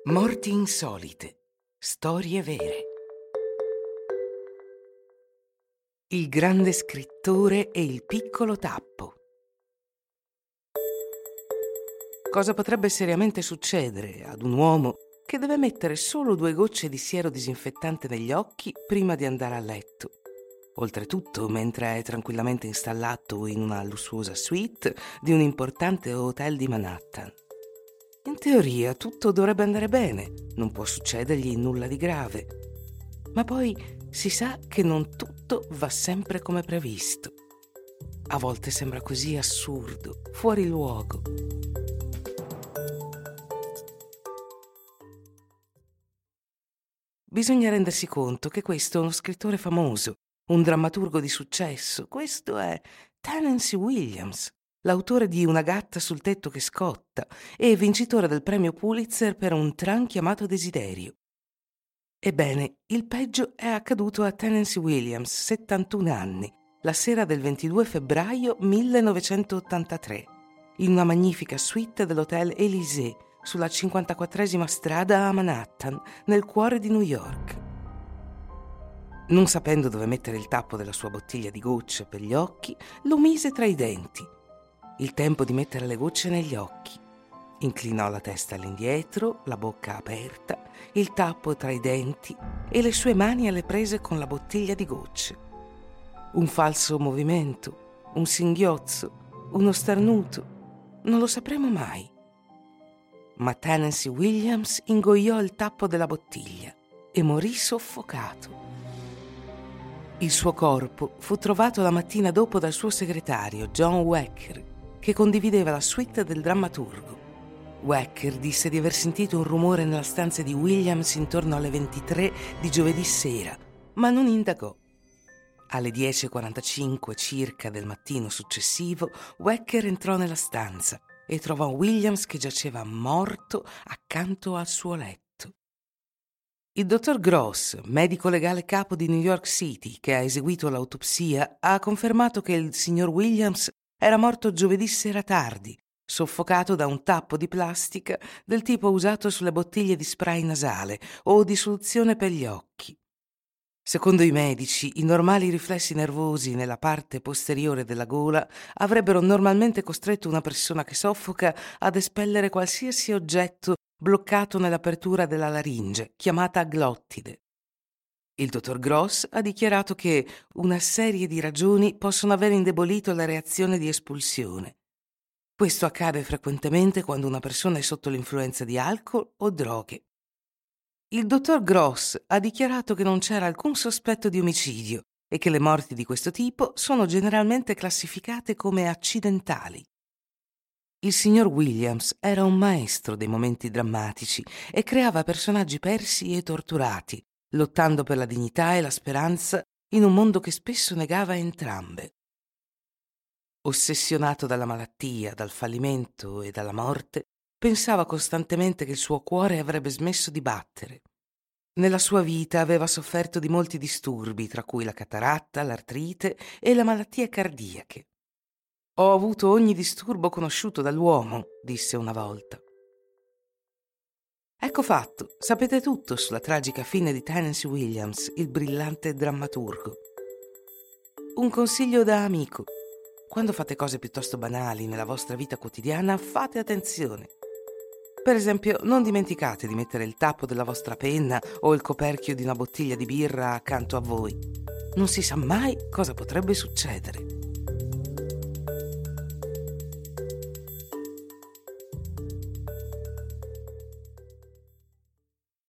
Morti insolite. Storie vere. Il grande scrittore e il piccolo tappo. Cosa potrebbe seriamente succedere ad un uomo che deve mettere solo 2 gocce di siero disinfettante negli occhi prima di andare a letto? Oltretutto, mentre è tranquillamente installato in una lussuosa suite di un importante hotel di Manhattan. In teoria tutto dovrebbe andare bene, non può succedergli nulla di grave. Ma poi si sa che non tutto va sempre come previsto. A volte sembra così assurdo, fuori luogo. Bisogna rendersi conto che questo è uno scrittore famoso, un drammaturgo di successo. Questo è Tennessee Williams, l'autore di Una gatta sul tetto che scotta e vincitore del premio Pulitzer per Un tran chiamato Desiderio. Ebbene, il peggio è accaduto a Tennessee Williams, 71 anni, la sera del 22 febbraio 1983, in una magnifica suite dell'Hotel Élysée, sulla 54esima strada a Manhattan, nel cuore di New York. Non sapendo dove mettere il tappo della sua bottiglia di gocce per gli occhi, lo mise tra i denti. Il tempo di mettere le gocce negli occhi. Inclinò la testa all'indietro, la bocca aperta, il tappo tra i denti e le sue mani alle prese con la bottiglia di gocce. Un falso movimento, un singhiozzo, uno starnuto, non lo sapremo mai. Ma Tennessee Williams ingoiò il tappo della bottiglia e morì soffocato. Il suo corpo fu trovato la mattina dopo dal suo segretario, John Wacker, che condivideva la suite del drammaturgo. Wacker disse di aver sentito un rumore nella stanza di Williams intorno alle 23 di giovedì sera, ma non indagò. Alle 10:45 circa del mattino successivo, Wacker entrò nella stanza e trovò Williams che giaceva morto accanto al suo letto. Il dottor Gross, medico legale capo di New York City, che ha eseguito l'autopsia, ha confermato che il signor Williams era morto giovedì sera tardi, soffocato da un tappo di plastica del tipo usato sulle bottiglie di spray nasale o di soluzione per gli occhi. Secondo i medici, i normali riflessi nervosi nella parte posteriore della gola avrebbero normalmente costretto una persona che soffoca ad espellere qualsiasi oggetto bloccato nell'apertura della laringe, chiamata glottide. Il dottor Gross ha dichiarato che una serie di ragioni possono aver indebolito la reazione di espulsione. Questo accade frequentemente quando una persona è sotto l'influenza di alcol o droghe. Il dottor Gross ha dichiarato che non c'era alcun sospetto di omicidio e che le morti di questo tipo sono generalmente classificate come accidentali. Il signor Williams era un maestro dei momenti drammatici e creava personaggi persi e torturati, lottando per la dignità e la speranza in un mondo che spesso negava entrambe. Ossessionato dalla malattia, dal fallimento e dalla morte, pensava costantemente che il suo cuore avrebbe smesso di battere. Nella sua vita aveva sofferto di molti disturbi, tra cui la cataratta, l'artrite e le malattie cardiache. «Ho avuto ogni disturbo conosciuto dall'uomo», disse una volta. Ecco fatto, sapete tutto sulla tragica fine di Tennessee Williams, il brillante drammaturgo. Un consiglio da amico: quando fate cose piuttosto banali nella vostra vita quotidiana, fate attenzione. Per esempio, non dimenticate di mettere il tappo della vostra penna o il coperchio di una bottiglia di birra accanto a voi. Non si sa mai cosa potrebbe succedere.